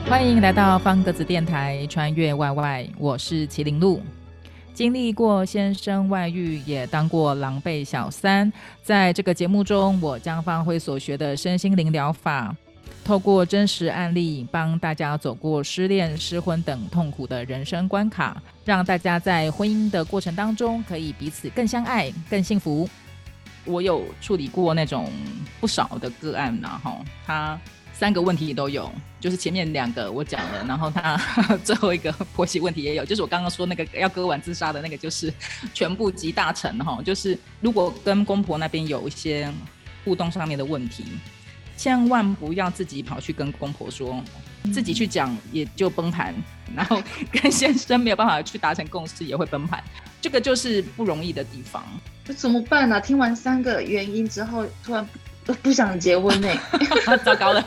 欢迎来到方格子电台穿越外外，我是麒麟鹿。经历过先生外遇，也当过狼狈小三，在这个节目中，我将发挥所学的身心灵疗法，透过真实案例帮大家走过失恋、失婚等痛苦的人生关卡，让大家在婚姻的过程当中可以彼此更相爱、更幸福。我有处理过那种不少的个案他3个问题都有，就是前面2个我讲了，然后他最后一个婆媳问题也有，就是我刚刚说那个要割腕自杀的那个，就是全部集大成就是如果跟公婆那边有一些互动上面的问题，千万不要自己跑去跟公婆说，自己去讲也就崩盘，然后跟先生没有办法去达成共识也会崩盘，这个就是不容易的地方。 这怎么办啊？听完3个原因之后，突然不想结婚呢、 糟糕了。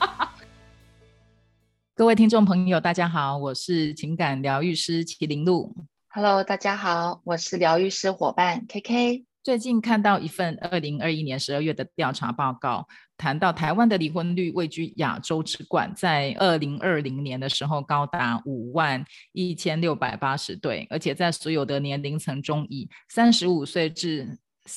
各位听众朋友大家好，我是情感疗愈师麒麟鹿。 Hello， 大家好，我是疗愈师伙伴 KK。 最近看到一份2021年12月的调查报告，谈到台湾的离婚率位居亚洲之冠，在2020年的时候高达51680对，而且在所有的年龄层中，以35岁至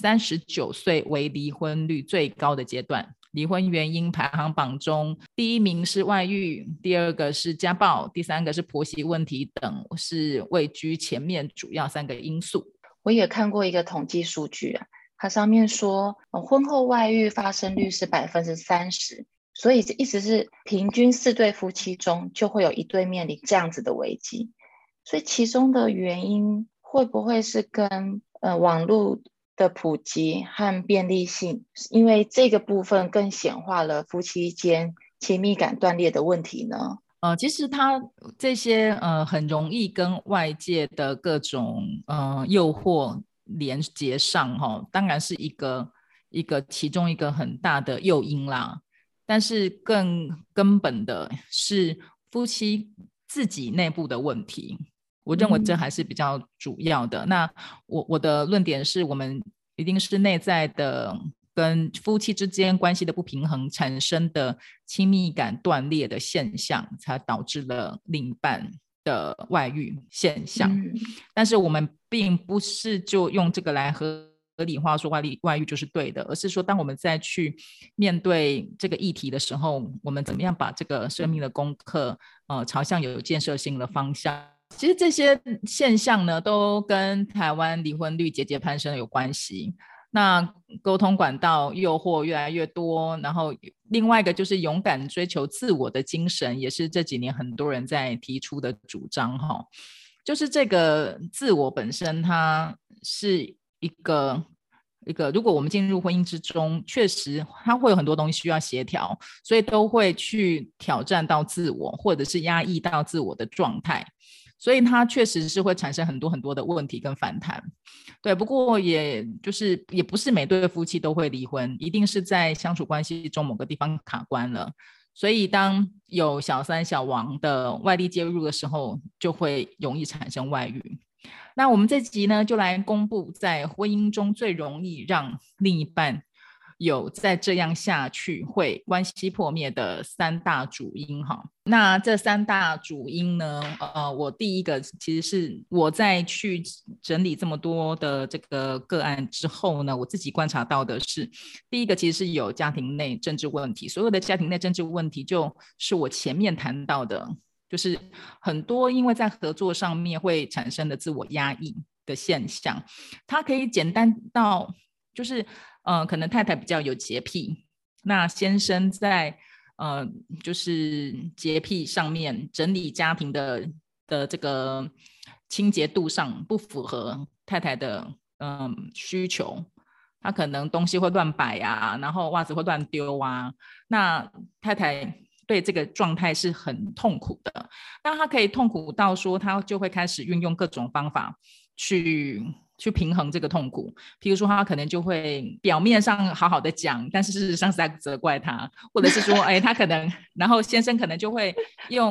39岁为离婚率最高的阶段。离婚原因排行榜中，第1名是外遇，第2个是家暴，第3个是婆媳问题等，是位居前面主要3个因素。 我也看过一个统计数据啊，它上面说婚后外遇发生率是30%，所以意思是平均4对夫妻中就会有1对面临这样子的危机。所以其中的原因会不会是跟网络的普及和便利性，因为这个部分更显化了夫妻间亲密感断裂的问题呢？ 其实它这些很容易跟外界的各种诱惑连接上当然是一个其中一个很大的诱因啦。但是更根本的是夫妻自己内部的问题，我认为这还是比较主要的。那我的论点是，我们一定是内在的跟夫妻之间关系的不平衡产生的亲密感断裂的现象，才导致了另一半的外遇现象。但是我们并不是就用这个来合理化说外遇就是对的，而是说当我们再去面对这个议题的时候，我们怎么样把这个生命的功课朝向有建设性的方向。其实这些现象呢，都跟台湾离婚率节节攀升有关系。那沟通管道诱惑越来越多，然后另外一个就是勇敢追求自我的精神，也是这几年很多人在提出的主张就是这个自我本身，它是一个如果我们进入婚姻之中，确实它会有很多东西需要协调，所以都会去挑战到自我，或者是压抑到自我的状态，所以它确实是会产生很多很多的问题跟反弹。对，不过也不是每对夫妻都会离婚，一定是在相处关系中某个地方卡关了，所以当有小三小王的外力介入的时候，就会容易产生外遇。那我们这集呢，就来公布在婚姻中最容易让另一半有再这样下去会关系破灭的3大主因那这3大主因呢，我第一个其实是我在去整理这么多的这个个案之后呢，我自己观察到的是，第一个其实是有家庭内政治问题。所有的家庭内政治问题就是我前面谈到的，就是很多因为在合作上面会产生的自我压抑的现象。它可以简单到就是可能太太比较有洁癖，那先生在就是洁癖上面整理家庭的这个清洁度上不符合太太的需求，他可能东西会乱摆啊，然后袜子会乱丢啊，那太太对这个状态是很痛苦的。那他可以痛苦到说，他就会开始运用各种方法去平衡这个痛苦。譬如说他可能就会表面上好好的讲，但是事实上是在责怪他，或者是说他可能然后先生可能就会用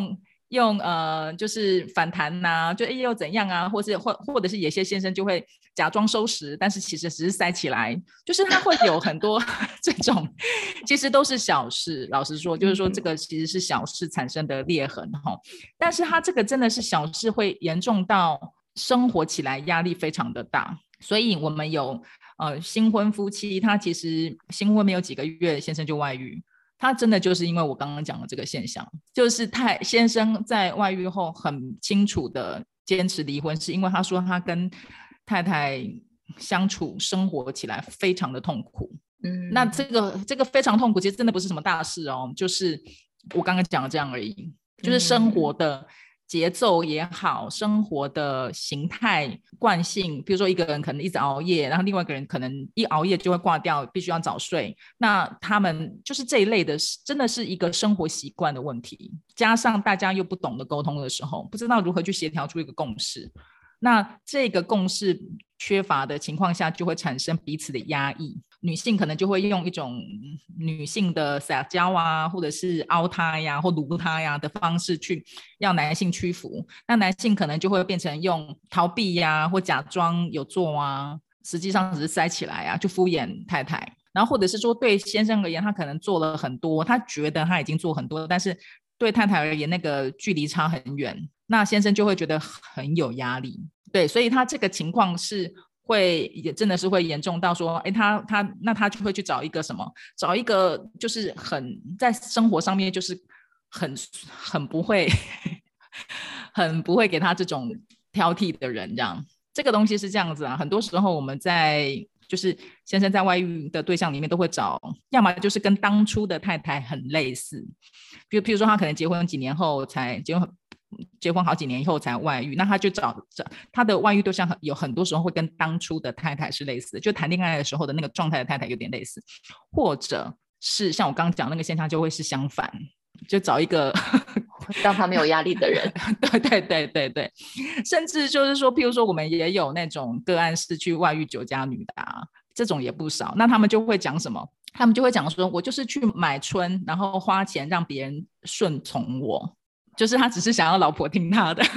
就是反弹啊，就又怎样啊，或者是有些先生就会假装收拾，但是其实只是塞起来，就是他会有很多这种其实都是小事，老实说就是说这个其实是小事产生的裂痕但是他这个真的是小事会严重到生活起来压力非常的大，所以我们有新婚夫妻，他其实新婚没有几个月先生就外遇，他真的就是因为我刚刚讲的这个现象，就是先生在外遇后很清楚的坚持离婚，是因为他说他跟太太相处生活起来非常的痛苦。那这个非常痛苦，其实真的不是什么大事就是我刚刚讲的这样而已，就是生活的节奏也好，生活的形态惯性，比如说一个人可能一直熬夜，然后另外一个人可能一熬夜就会挂掉，必须要早睡，那他们就是这一类的，真的是一个生活习惯的问题，加上大家又不懂得沟通的时候，不知道如何去协调出一个共识，那这个共识缺乏的情况下，就会产生彼此的压抑，女性可能就会用一种女性的撒娇啊，或者是凹他呀或撸他呀的方式去让男性屈服，那男性可能就会变成用逃避呀或假装有做啊，实际上只是塞起来啊，就敷衍太太，然后或者是说对先生而言，他可能做了很多，他觉得他已经做很多，但是对太太而言那个距离差很远，那先生就会觉得很有压力。对，所以他这个情况是也真的是会严重到说，哎，他就会去找一个什么，找一个就是在生活上面就是很不会很不会给他这种挑剔的人，这样，这个东西是这样子啊。很多时候我们就是先生在外遇的对象里面都会找，要么就是跟当初的太太很类似，譬如说他可能结婚几年后才结婚好几年以后才外遇，那他就找他的外遇对象有很多时候会跟当初的太太是类似的，就谈恋爱的时候的那个状态的太太有点类似，或者是像我刚刚讲那个现象就会是相反，就找一个让他没有压力的人对对对对对，甚至就是说譬如说我们也有那种个案是去外遇酒家女的这种也不少，那他们就会讲什么，他们就会讲说我就是去买春，然后花钱让别人顺从我，就是他只是想要老婆听他的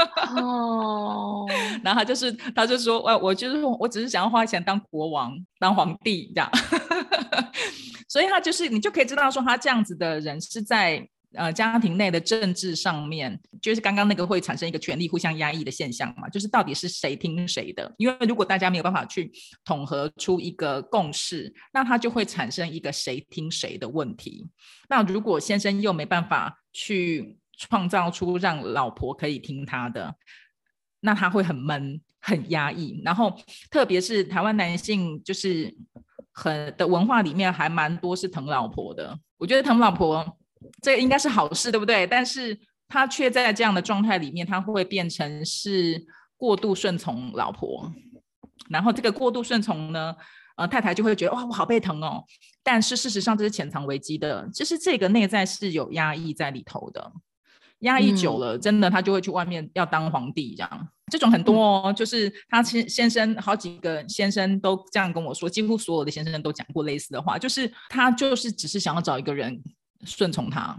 然后他就说我只是想要花钱当国王当皇帝这样所以他就是你就可以知道说他这样子的人是在家庭内的政治上面，就是刚刚那个会产生一个权力互相压抑的现象嘛，就是到底是谁听谁的，因为如果大家没有办法去统合出一个共识，那他就会产生一个谁听谁的问题，那如果先生又没办法去创造出让老婆可以听他的，那他会很闷很压抑，然后特别是台湾男性就是的文化里面还蛮多是疼老婆的，我觉得疼老婆这个应该是好事对不对，但是他却在这样的状态里面他会变成是过度顺从老婆，然后这个过度顺从呢太太就会觉得哇我好被疼哦，但是事实上这是潜藏危机的，就是这个内在是有压抑在里头的，压抑久了真的他就会去外面要当皇帝这样，这种很多就是他先生好几个先生都这样跟我说，几乎所有的先生都讲过类似的话，就是他就是只是想要找一个人顺从他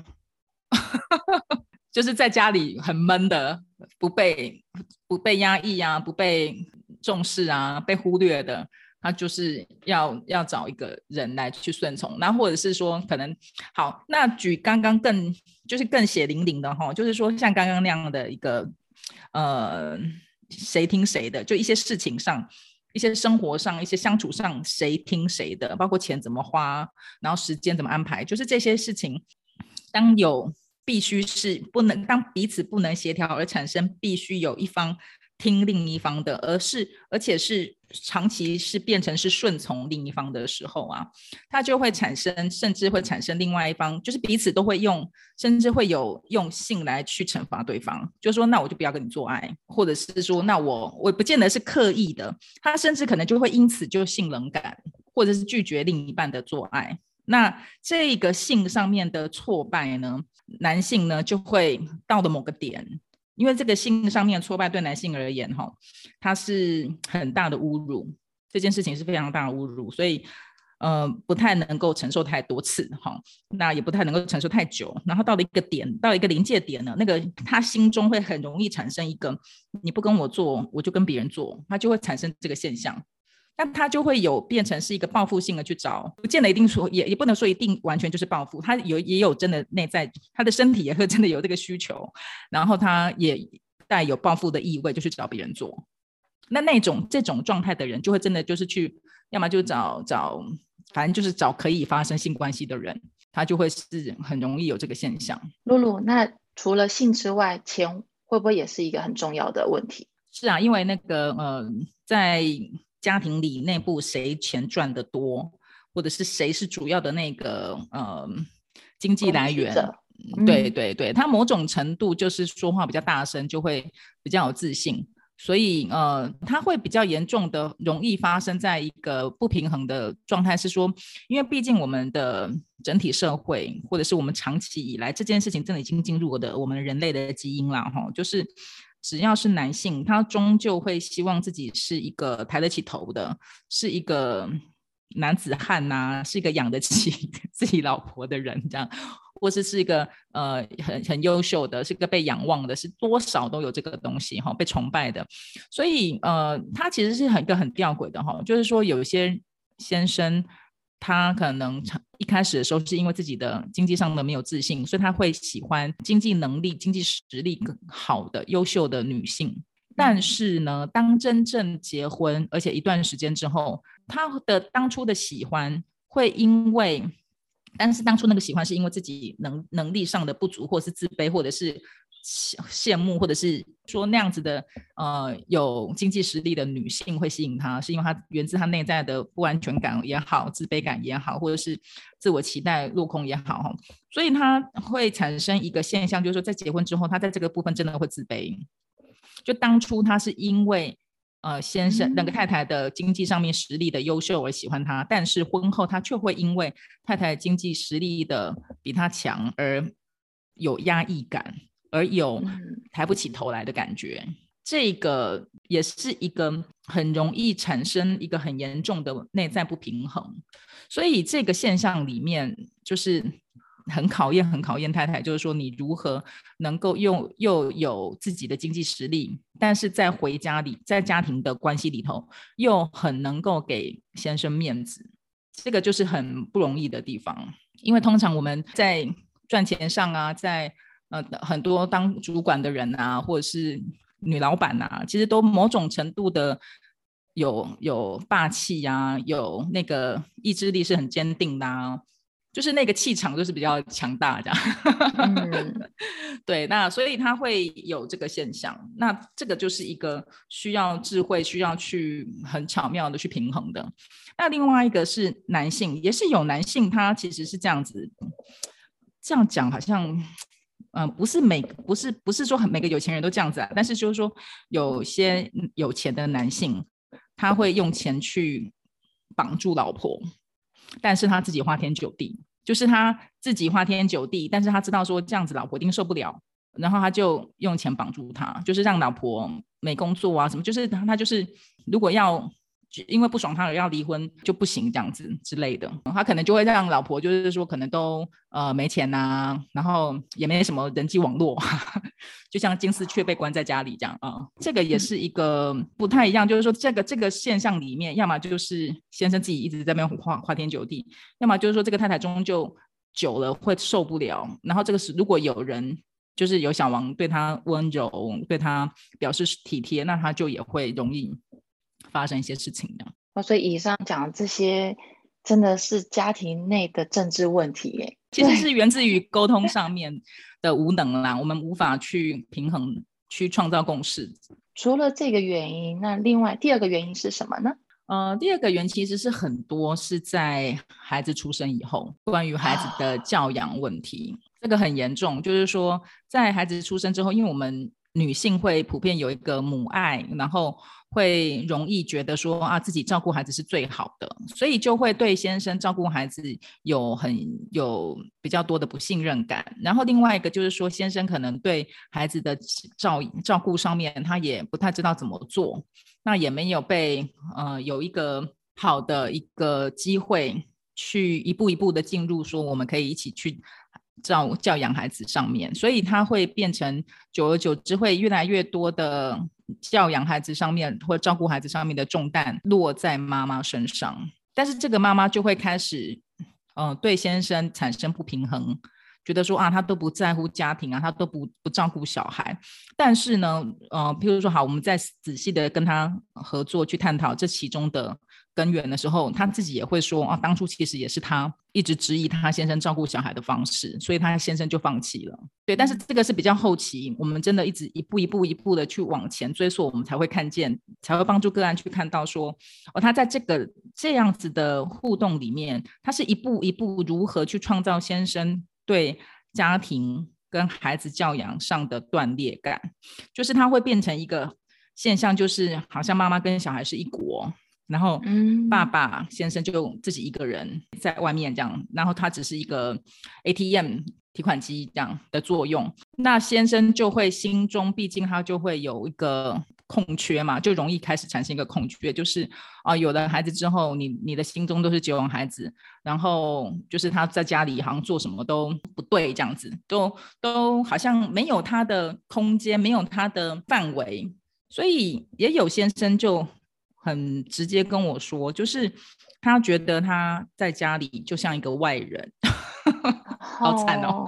就是在家里很闷的，不被压抑啊，不被重视啊，被忽略的，他就是要找一个人来去顺从，那或者是说可能好，那举刚刚更血淋淋的就是说像刚刚那样的一个谁听谁的，就一些事情上一些生活上一些相处上谁听谁的，包括钱怎么花，然后时间怎么安排，就是这些事情当必须是当彼此不能协调而产生必须有一方听另一方的，而且是长期是变成是顺从另一方的时候它就会甚至会产生另外一方就是彼此都会甚至会用性来去惩罚对方，就说那我就不要跟你做爱，或者是说那我不见得是刻意的，他甚至可能就会因此就性冷感，或者是拒绝另一半的做爱，那这个性上面的挫败呢，男性呢就会到了某个点，因为这个性上面的挫败对男性而言它是很大的侮辱，这件事情是非常大的侮辱，所以不太能够承受太多次哈，那也不太能够承受太久，然后到了一个点，到一个临界点呢，那个他心中会很容易产生一个你不跟我做，我就跟别人做，他就会产生这个现象。那他就会有变成是一个报复性的去找，不见得一定说也不能说一定完全就是报复，他也有真的内在，他的身体也会真的有这个需求，然后他也带有报复的意味，就去找别人做。那这种状态的人，就会真的就是去，要么就找，反正就是找可以发生性关系的人，他就会是很容易有这个现象。 露露，那除了性之外，钱会不会也是一个很重要的问题？ 是啊，因为那个在家庭里内部谁钱赚得多，或者是谁是主要的那个经济来源，对对对，他某种程度就是说话比较大声，就会比较有自信，所以他会比较严重的容易发生在一个不平衡的状态，是说，因为毕竟我们的整体社会或者是我们长期以来这件事情真的已经进入我们人类的基因了哈，就是只要是男性，他终究会希望自己是一个抬得起头的，是一个男子汉啊，是一个养得起自己老婆的人，这样，或是一个很优秀的，是一个被仰望的，是多少都有这个东西哈，被崇拜的。所以他其实是一个很吊诡的哈，就是说有一些先生，他可能一开始的时候是因为自己的经济上的没有自信，所以他会喜欢经济能力、经济实力更好的、优秀的女性。但是呢，当真正结婚，而且一段时间之后，他的当初的喜欢会因为，但是当初那个喜欢是因为自己能力上的不足，或是自卑，或者是羡慕，或者是说那样子的有经济实力的女性会吸引他，是因为他源自他内在的不安全感也好，自卑感也好，或者是自我期待落空也好，所以他会产生一个现象，就是说在结婚之后，他在这个部分真的会自卑。就当初他是因为先生那个太太的经济上面实力的优秀而喜欢他，但是婚后他却会因为太太经济实力的比他强而有压抑感，而有抬不起头来的感觉。这个也是一个很容易产生一个很严重的内在不平衡，所以这个现象里面就是很考验太太，就是说你如何能够又有自己的经济实力，但是在回家里，在家庭的关系里头，又很能够给先生面子，这个就是很不容易的地方。因为通常我们在赚钱上啊，在很多当主管的人啊，或者是女老板啊，其实都某种程度的有霸气啊，有那个意志力是很坚定的啊，就是那个气场就是比较强大这样。对，那所以他会有这个现象，那这个就是一个需要智慧，需要去很巧妙的去平衡的。那另外一个是男性，也是有男性他其实是这样子，这样讲好像不是说每个有钱人都这样子啊，但是就是说有些有钱的男性他会用钱去绑住老婆，但是他自己花天酒地，就是他自己花天酒地，但是他知道说这样子老婆一定受不了，然后他就用钱绑住他，就是让老婆没工作啊什么，就是他就是如果要因为不爽他而要离婚就不行这样子之类的，他可能就会让老婆就是说可能都没钱啊，然后也没什么人际网络，就像金丝雀被关在家里这样啊，这个也是一个不太一样，就是说这个现象里面，要么就是先生自己一直在那边花天酒地，要么就是说这个太太终究久了会受不了，然后这个是如果有人就是有小王对他温柔，对他表示体贴，那他就也会容易发生一些事情的。 所以以上讲的这些真的是家庭内的政治问题耶， 其实是源自于沟通上面的无能啦，我们无法去平衡，去创造共识。 除了这个原因，那另外第二个原因是什么呢？ 第二个原因其实是很多是在孩子出生以后，关于孩子的教养问题，这个很严重。就是说，在孩子出生之后，因为我们女性会普遍有一个母爱，然后会容易觉得说啊，自己照顾孩子是最好的，所以就会对先生照顾孩子有比较多的不信任感。然后另外一个就是说，先生可能对孩子的照顾上面，他也不太知道怎么做。那也没有被有一个好的一个机会去一步一步的进入说我们可以一起去教养孩子上面，所以他会变成久而久之会越来越多的教养孩子上面或照顾孩子上面的重担落在妈妈身上，但是这个妈妈就会开始对先生产生不平衡，觉得说啊，他都不在乎家庭啊，他都不照顾小孩。但是呢，譬如说好，我们再仔细的跟他合作去探讨这其中的根源的时候，他自己也会说啊，当初其实也是他一直质疑他先生照顾小孩的方式，所以他先生就放弃了。对，但是这个是比较后期，我们真的一直一步的去往前追溯，我们才会看见，才会帮助个案去看到说，他在这样子的互动里面，他是一步一步如何去创造先生对家庭跟孩子教养上的断裂感，就是他会变成一个现象，就是好像妈妈跟小孩是一国，然后爸爸先生就自己一个人在外面这样，然后他只是一个 ATM 提款机这样的作用，那先生就会心中毕竟他就会有一个空缺嘛，就容易开始产生一个空缺，就是有了孩子之后你的心中都是只有孩子，然后就是他在家里好像做什么都不对这样子，都好像没有他的空间，没有他的范围，所以也有先生就很直接跟我说，就是他觉得他在家里就像一个外人好惨哦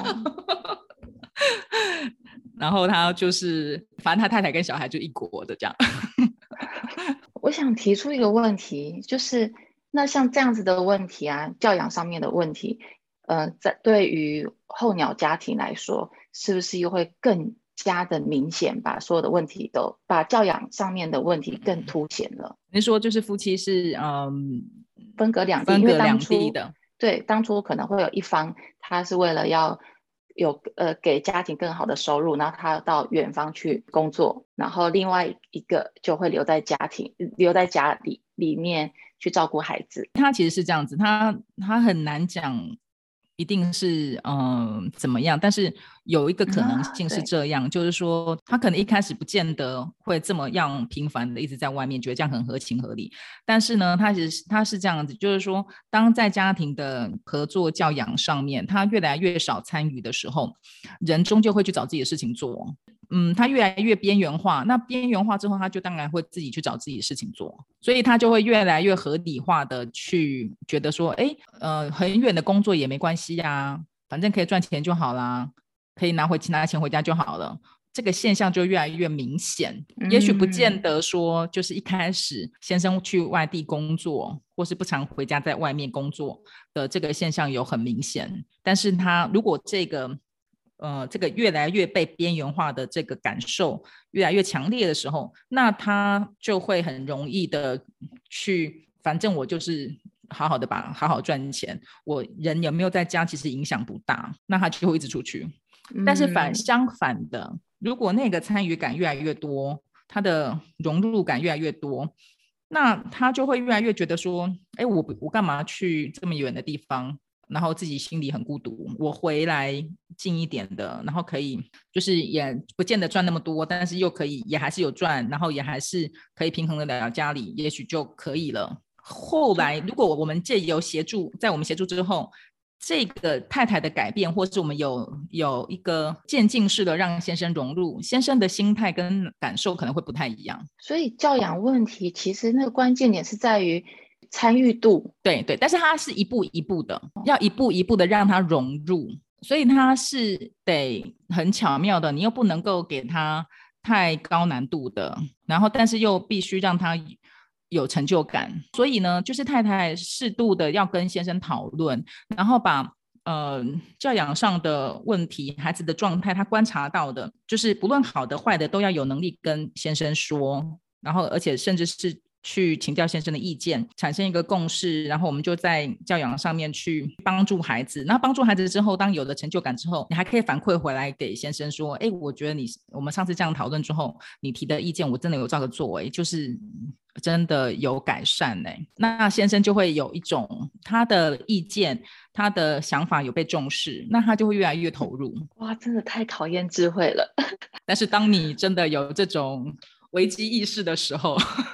然后他就是反正他太太跟小孩就一国的这样我想提出一个问题，就是那像这样子的问题啊，教养上面的问题，对于候鸟家庭来说，是不是又会更加的明显，把所有的问题都把教养上面的问题更凸显了？ 你说就是夫妻是分隔两地， 分隔因为当初两地的， 对当初可能会有一方他是为了要给家庭更好的收入，然后他到远方去工作，然后另外一个就会留在家里面去照顾孩子。 他其实是这样子，他很难讲一定是怎么样，但是有一个可能性是这样，就是说他可能一开始不见得会这么样频繁的一直在外面，觉得这样很合情合理，但是呢他是这样子，就是说当在家庭的合作教养上面他越来越少参与的时候，人终究会去找自己的事情做，他越来越边缘化，那边缘化之后，他就当然会自己去找自己的事情做，所以他就会越来越合理化的去觉得说，很远的工作也没关系呀，反正可以赚钱就好啦，可以拿钱回家就好了。这个现象就越来越明显，也许不见得说就是一开始先生去外地工作，或是不常回家在外面工作的这个现象有很明显，但是他如果这个越来越被边缘化的这个感受越来越强烈的时候，那他就会很容易的去，反正我就是好好赚钱，我人有没有在家其实影响不大，那他就会一直出去。但是相反的，如果那个参与感越来越多，他的融入感越来越多，那他就会越来越觉得说，我干嘛去这么远的地方，然后自己心里很孤独，我回来近一点的，然后可以就是也不见得赚那么多，但是又可以也还是有赚，然后也还是可以平衡得了家里，也许就可以了。后来如果我们借由在我们协助之后，这个太太的改变，或是我们有一个渐进式的让先生融入，先生的心态跟感受可能会不太一样。 所以教养问题其实那个关键点是在于参与度， 对，但是他是一步一步的，要一步一步的让他融入，所以他是得很巧妙的，你又不能够给他太高难度的，然后但是又必须让他有成就感，所以呢，就是太太适度的要跟先生讨论，然后把教养上的问题，孩子的状态，他观察到的，就是不论好的坏的，都要有能力跟先生说，然后而且甚至是去请教先生的意见，产生一个共识，然后我们就在教养上面去帮助孩子。那帮助孩子之后，当有了成就感之后，你还可以反馈回来给先生说，我觉得我们上次这样讨论之后，你提的意见我真的有照着做，就是真的有改善那先生就会有一种他的意见他的想法有被重视，那他就会越来越投入。 哇，真的太考验智慧了但是当你真的有这种危机意识的时候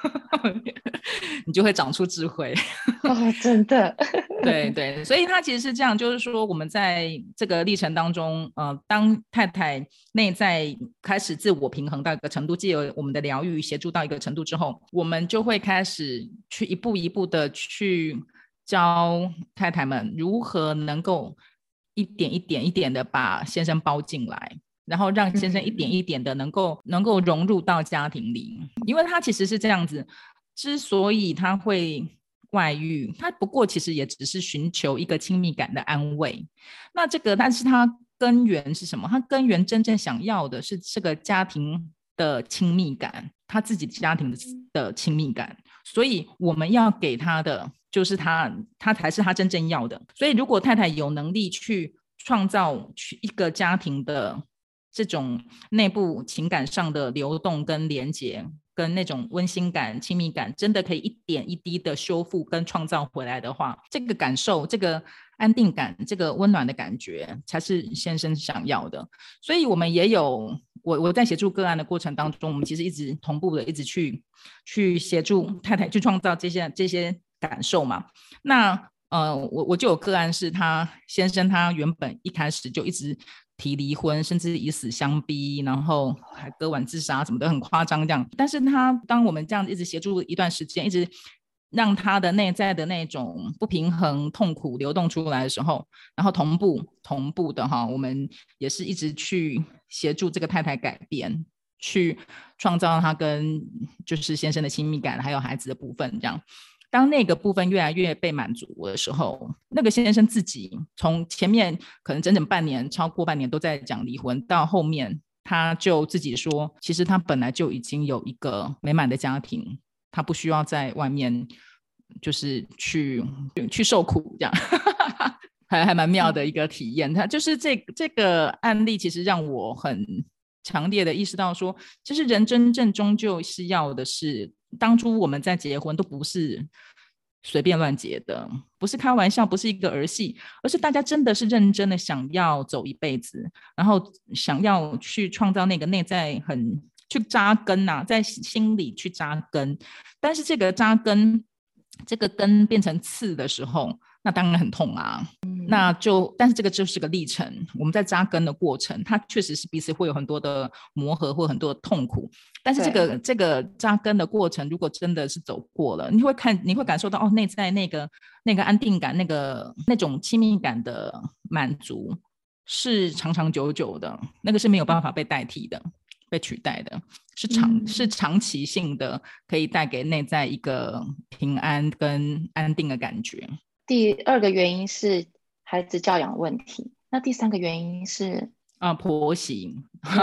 你就会长出智慧。 哦，真的。 对对，所以他其实是这样，就是说我们在这个历程当中，当太太内在开始自我平衡到一个程度，藉由我们的疗愈协助到一个程度之后，我们就会开始去一步一步的去教太太们如何能够一点一点一点的把先生包进来，然后让先生一点一点的能够融入到家庭里。因为他其实是这样子，之所以他会外遇，他不过其实也只是寻求一个亲密感的安慰。那这个但是他根源是什么？他根源真正想要的是这个家庭的亲密感，他自己家庭的亲密感。所以我们要给他的就是他才是他真正要的。所以如果太太有能力去创造一个家庭的这种内部情感上的流动跟连结，跟那种温馨感亲密感真的可以一点一滴的修复跟创造回来的话，这个感受，这个安定感，这个温暖的感觉才是先生想要的。所以我们也有我在协助个案的过程当中，我们其实一直同步的一直去协助太太去创造这些感受嘛。那我就有个案是他先生，他原本一开始就一直提离婚，甚至以死相逼，然后还割腕自杀什么的，很夸张这样。但是他当我们这样一直协助一段时间，一直让他的内在的那种不平衡痛苦流动出来的时候，然后同步的哈，我们也是一直去协助这个太太改变，去创造他跟就是先生的亲密感还有孩子的部分这样。当那个部分越来越被满足的时候，那个先生自己从前面可能整整半年超过半年都在讲离婚，到后面他就自己说其实他本来就已经有一个美满的家庭，他不需要在外面就是去受苦这样还蛮妙的一个体验。他就是这个案例其实让我很强烈的意识到说，其实人真正终究是要的是，当初我们在结婚都不是随便乱结的，不是开玩笑，不是一个儿戏，而是大家真的是认真的想要走一辈子，然后想要去创造那个内在很去扎根啊，在心里去扎根。但是这个扎根，这个根变成刺的时候，那当然很痛啊。但是这个就是个历程，我们在扎根的过程，它确实是彼此会有很多的磨合或很多的痛苦。但是这个扎根的过程，如果真的是走过了，你会感受到哦，内在那个安定感，那种亲密感的满足是长长久久的，那个是没有办法被代替的。被取代的是长期性的，可以带给内在一个平安跟安定的感觉。 第二个原因是孩子教养问题，那第三个原因是婆媳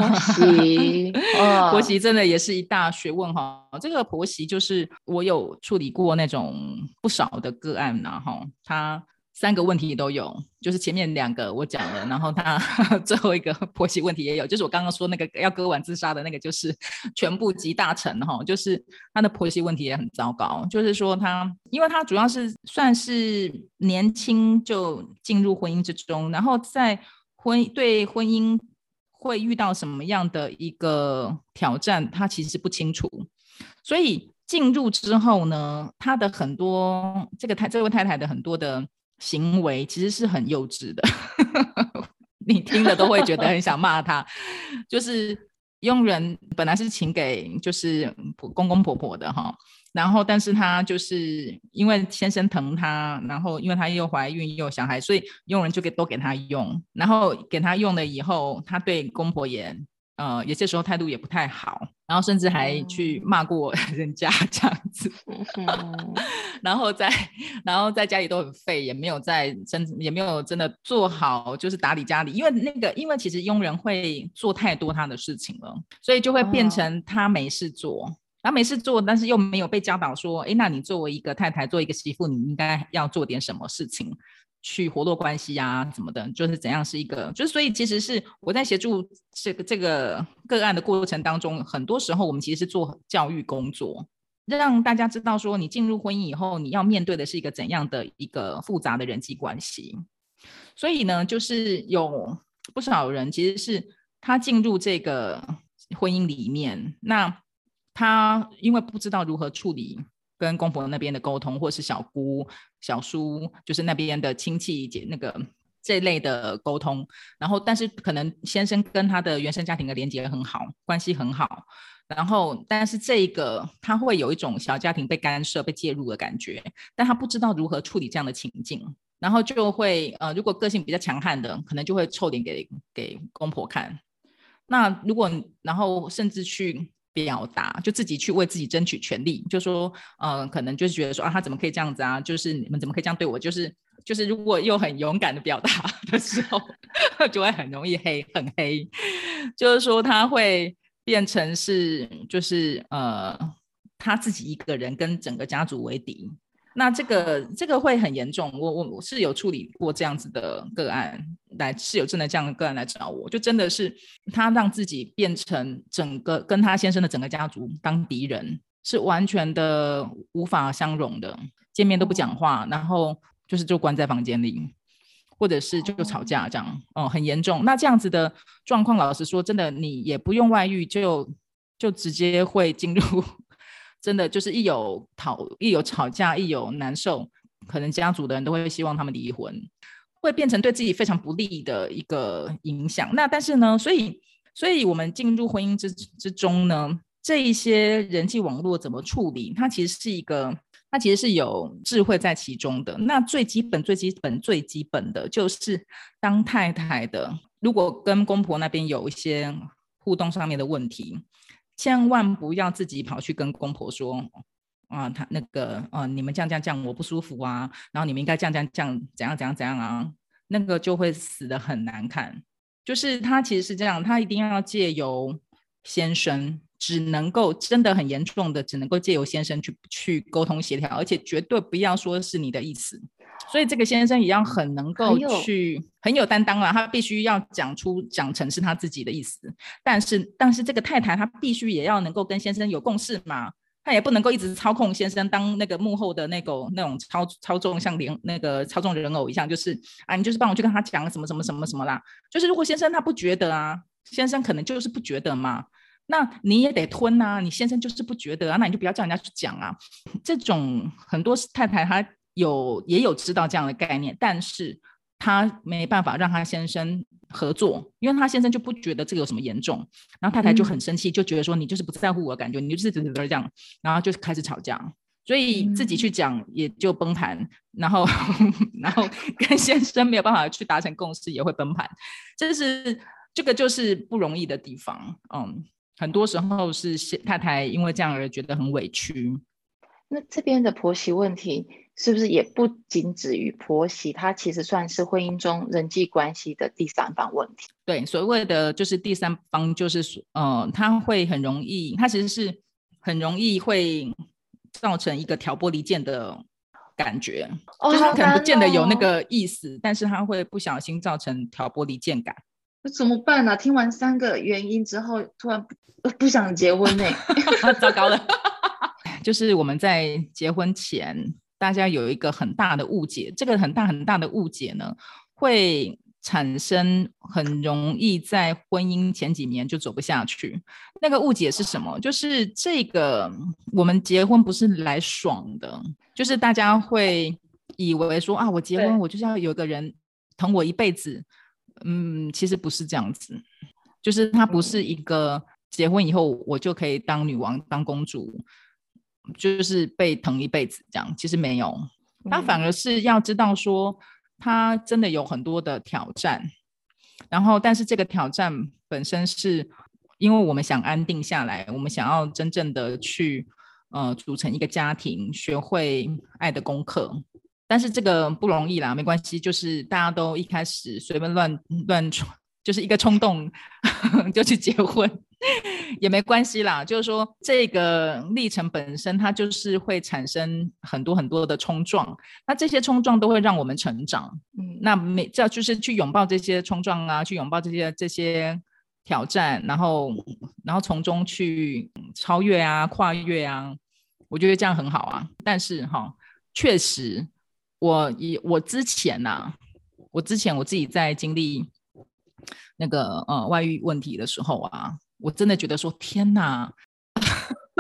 哦、 婆媳真的也是一大学问哈。这个婆媳就是我有处理过那种不少的个案啊，他3个问题都有，就是前面2个我讲了，然后他最后一个婆媳问题也有，就是我刚刚说那个要割腕自杀的那个，就是全部集大成哈，就是他的婆媳问题也很糟糕，就是说因为他主要是算是年轻就进入婚姻之中，然后在对婚姻会遇到什么样的一个挑战，他其实不清楚，所以进入之后呢，他的很多这位太太的很多的行为其实是很幼稚的你听了都会觉得很想骂他就是佣人本来是请给就是公公婆婆的哈，然后但是他就是因为先生疼他，然后因为他又怀孕又有小孩，所以佣人就都给他用，然后给他用了以后，他对公婆也有些时候态度也不太好，然后甚至还去骂过人家这样子然后在家里都很废，也没有真的做好就是打理家里，因为其实佣人会做太多他的事情了，所以就会变成他没事做他没事做，但是又没有被教导说那你作为一个太太，作为一个媳妇，你应该要做点什么事情去活络关系啊什么的，就是怎样是一个，就是所以其实是我在协助这个个案的过程当中，很多时候我们其实是做教育工作，让大家知道说你进入婚姻以后，你要面对的是一个怎样的一个复杂的人际关系。所以呢，就是有不少人其实是他进入这个婚姻里面，那他因为不知道如何处理跟公婆那边的沟通，或是小姑小叔就是那边的亲戚那个这类的沟通，然后但是可能先生跟他的原生家庭的连结很好，关系很好，然后但是这个他会有一种小家庭被干涉被介入的感觉，但他不知道如何处理这样的情境，然后就会如果个性比较强悍的可能就会臭脸给公婆看，那如果然后甚至去表达，就自己去为自己争取权利，就说可能就是觉得说他怎么可以这样子啊，就是你们怎么可以这样对我，就是如果又很勇敢的表达的时候就会很容易很黑，就是说他会变成是就是他自己一个人跟整个家族为敌，那这个会很严重，我是有处理过这样子的个案，是有真的这样的个案来找我，就真的是他让自己变成整个跟他先生的整个家族当敌人，是完全的无法相容的，见面都不讲话，然后就关在房间里，或者是就吵架这样，很严重。那这样子的状况，老实说，真的你也不用外遇就直接会进入。真的就是一有吵架一有难受，可能家族的人都会希望他们离婚，会变成对自己非常不利的一个影响。那但是呢，所以我们进入婚姻之中呢，这一些人际网络怎么处理，它其实是有智慧在其中的。那最基本的就是当太太的，如果跟公婆那边有一些互动上面的问题，千万不要自己跑去跟公婆说他那个你们这样我不舒服啊，然后你们应该这样怎样啊，那个就会死得很难看。就是他其实是这样，他一定要借由先生，只能够真的很严重的只能够借由先生去沟通协调，而且绝对不要说是你的意思。所以这个先生也要很能够去很有担当啦，他必须要讲成是他自己的意思，但是这个太太她必须也要能够跟先生有共识嘛，他也不能够一直操控先生，当那个幕后的那种操纵，像那个操纵人偶一样，就是你就是帮我去跟他讲什么什么什么什么啦，就是如果先生他不觉得啊，先生可能就是不觉得嘛，那你也得吞啊，你先生就是不觉得啊，那你就不要叫人家去讲啊。这种很多太太她也有知道这样的概念，但是她没办法让她先生合作，因为她先生就不觉得这个有什么严重，然后太太就很生气，就觉得说你就是不在乎我的感觉，你就是这样，然后就开始吵架，所以自己去讲也就崩盘，然后跟先生没有办法去达成共识也会崩盘，这个就是不容易的地方。很多时候是太太因为这样而觉得很委屈。 那这边的婆媳问题是不是也不仅止于婆媳，它其实算是婚姻中人际关系的第三方问题？ 对，所谓的就是第三方，就是他会很容易，他其实是很容易会造成一个挑拨离间的感觉，就是他可能不见得有那个意思，但是他会不小心造成挑拨离间感。 怎么办啊？听完3个原因之后，突然不想结婚呢、 糟糕了。就是我们在结婚前，大家有一个很大的误解，这个很大的误解呢，会产生很容易在婚姻前几年就走不下去。那个误解是什么？就是这个我们结婚不是来爽的，就是大家会以为说我结婚我就是要有个人疼我一辈子，其实不是这样子，就是它不是一个结婚以后我就可以当女王当公主，就是被疼一辈子这样，其实没有，他反而是要知道说他真的有很多的挑战，然后但是这个挑战本身是因为我们想安定下来，我们想要真正的去组成一个家庭，学会爱的功课，但是这个不容易啦，没关系，就是大家都一开始随便乱就是一个冲动就去结婚也没关系啦，就是说这个历程本身它就是会产生很多很多的冲撞，那这些冲撞都会让我们成长，那这就是去拥抱这些冲撞啊，去拥抱这些挑战，然后从中去超越啊跨越啊，我觉得这样很好啊。但是确实我之前啊，我自己在经历那个外遇问题的时候啊，我真的觉得说天哪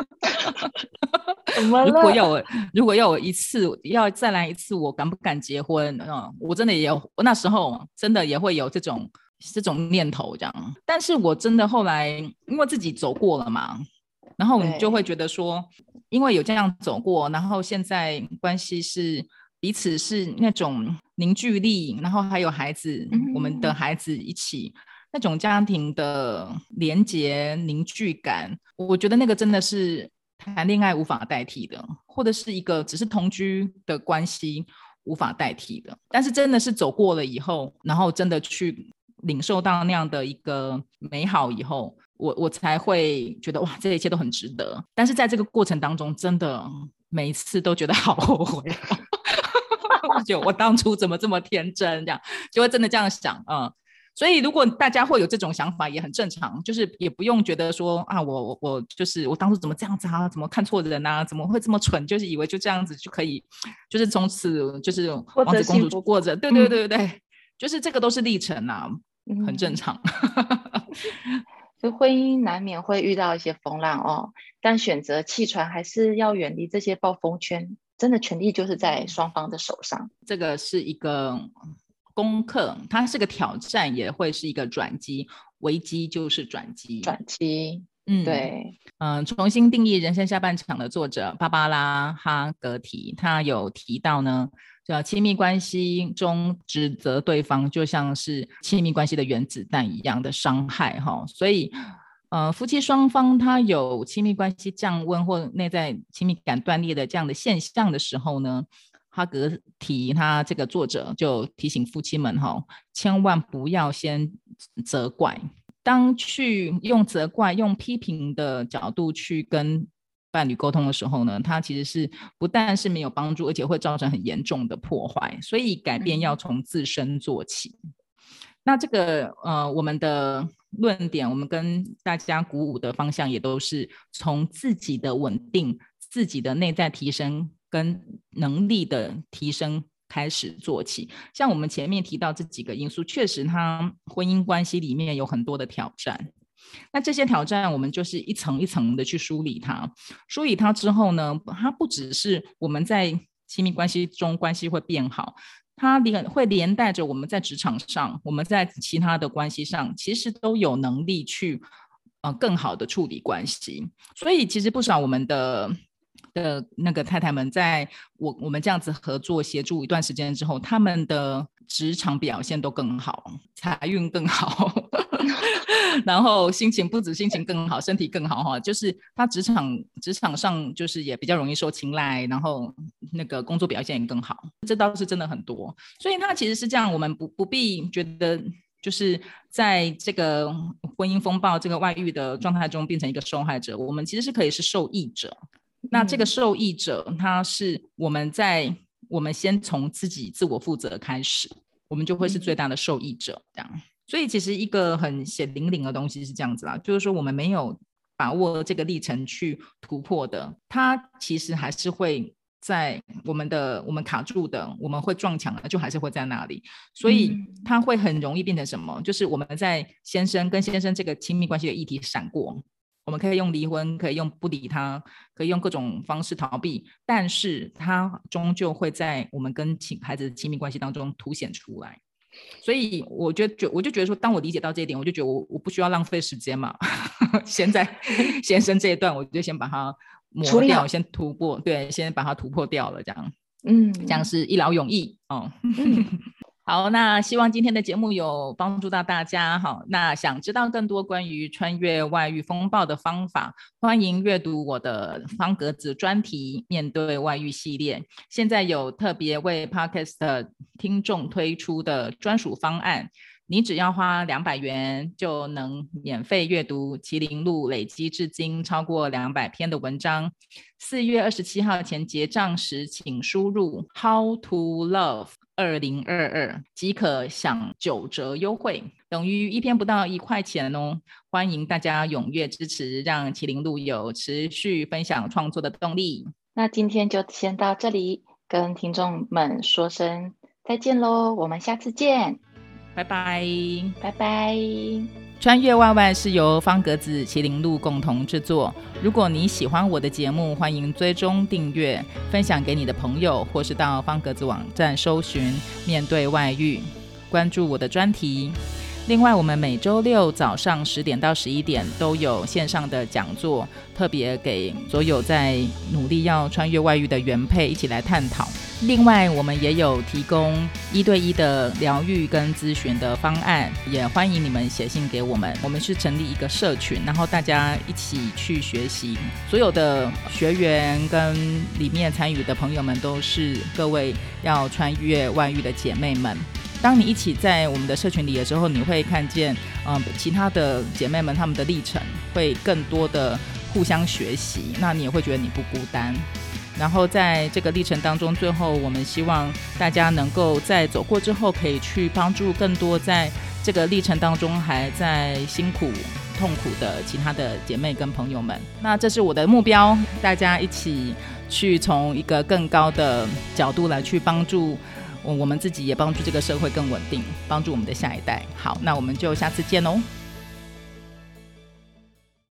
怎么了？ 如果要我要再来一次，我敢不敢结婚？我真的也有，我那时候真的也会有这种念头这样。但是我真的后来因为自己走过了嘛，然后你就会觉得说，因为有这样走过，然后现在关系是彼此是那种凝聚力，然后还有孩子，我们的孩子一起。那种家庭的连结凝聚感，我觉得那个真的是谈恋爱无法代替的，或者是一个只是同居的关系无法代替的。但是真的是走过了以后，然后真的去领受到那样的一个美好以后，我才会觉得哇，这一切都很值得。但是在这个过程当中，真的每一次都觉得好后悔就我当初怎么这么天真，这样就会真的这样想。所以如果大家会有这种想法也很正常，就是也不用觉得说啊，我就是我当初怎么这样子啊，怎么看错人啊，怎么会这么蠢，就是以为就这样子就可以，就是从此就是王子公主过着，对对对对，就是这个都是历程啊，很正常。 就婚姻难免会遇到一些风浪哦，但选择弃船还是要远离这些暴风圈，真的权力就是在双方的手上。 这个是一个功课，它是个挑战，也会是一个转机，危机就是转机。 对， 重新定义人生下半场的作者芭芭拉·哈格提，他有提到呢，亲密关系中指责对方就像是亲密关系的原子弹一样的伤害哈，所以夫妻双方他有亲密关系降温或内在亲密感断裂的这样的现象的时候呢，哈格提他这个作者就提醒夫妻们千万不要先责怪，当去用责怪用批评的角度去跟伴侣沟通的时候呢，它其实是不但是没有帮助，而且会造成很严重的破坏，所以改变要从自身做起。那这个我们的论点，我们跟大家鼓舞的方向也都是从自己的稳定、自己的内在提升跟能力的提升开始做起。像我们前面提到这几个因素，确实它婚姻关系里面有很多的挑战。那这些挑战我们就是一层一层的去梳理它，梳理它之后呢，它不只是我们在亲密关系中关系会变好，它会连带着我们在职场上，我们在其他的关系上，其实都有能力去更好的处理关系。所以其实不少我们的那个太太们，在我们这样子合作协助一段时间之后，他们的职场表现都更好，财运更好然后不止心情更好，身体更好哈，就是他职场上就是也比较容易受青睐，然后那个工作表现也更好，这倒是真的很多。所以他其实是这样，我们不必觉得就是在这个婚姻风暴这个外遇的状态中变成一个受害者，我们其实是可以是受益者。那这个受益者，他是我们先从自己自我负责开始，我们就会是最大的受益者这样。所以其实一个很血淋淋的东西是这样子啦，就是说我们没有把握这个历程去突破的，它其实还是会在我们卡住的，我们会撞墙的，就还是会在那里。所以它会很容易变成什么？就是我们在先生这个亲密关系的议题闪过，我们可以用离婚，可以用不理他，可以用各种方式逃避，但是它终究会在我们跟孩子的亲密关系当中凸显出来。所以我就觉得说，当我理解到这一点，我就觉得我不需要浪费时间嘛，先在先生这一段，我就先把它磨掉，先突破，对，先把它突破掉了，这样，这样是一劳永逸哦。好，那希望今天的节目有帮助到大家。好，那想知道更多关于穿越外遇风暴的方法，欢迎阅读我的方格子专题面对外遇系列。现在有特别为 Podcast 的听众推出的专属方案，你只要花200元就能免费阅读麒麟录累积至今超过200篇的文章。4月27号前结账时，请输入 How to Love 2022即可享9折优惠，等于1篇不到1块钱哦。欢迎大家踊跃支持，让麒麟录有持续分享创作的动力。 那今天就先到这里，跟听众们说声再见咯，我们下次见， 拜拜， 拜拜。 穿越外外是由方格子、麒麟路共同制作。如果你喜欢我的节目，欢迎追踪订阅，分享给你的朋友，或是到方格子网站搜寻面对外遇，关注我的专题。另外，我们每周六早上10点到11点都有线上的讲座，特别给所有在努力要穿越外遇的原配一起来探讨。另外，我们也有提供1对1的疗愈跟咨询的方案，也欢迎你们写信给我们。我们是成立一个社群，然后大家一起去学习。所有的学员跟里面参与的朋友们都是各位要穿越外遇的姐妹们。当你一起在我们的社群里的时候，你会看见其他的姐妹们她们的历程，会更多的互相学习，那你也会觉得你不孤单。然后在这个历程当中，最后我们希望大家能够在走过之后，可以去帮助更多在这个历程当中还在辛苦痛苦的其他的姐妹跟朋友们。那这是我的目标，大家一起去从一个更高的角度来去帮助我们自己，也帮助这个社会更稳定，帮助我们的下一代。好，那我们就下次见哦。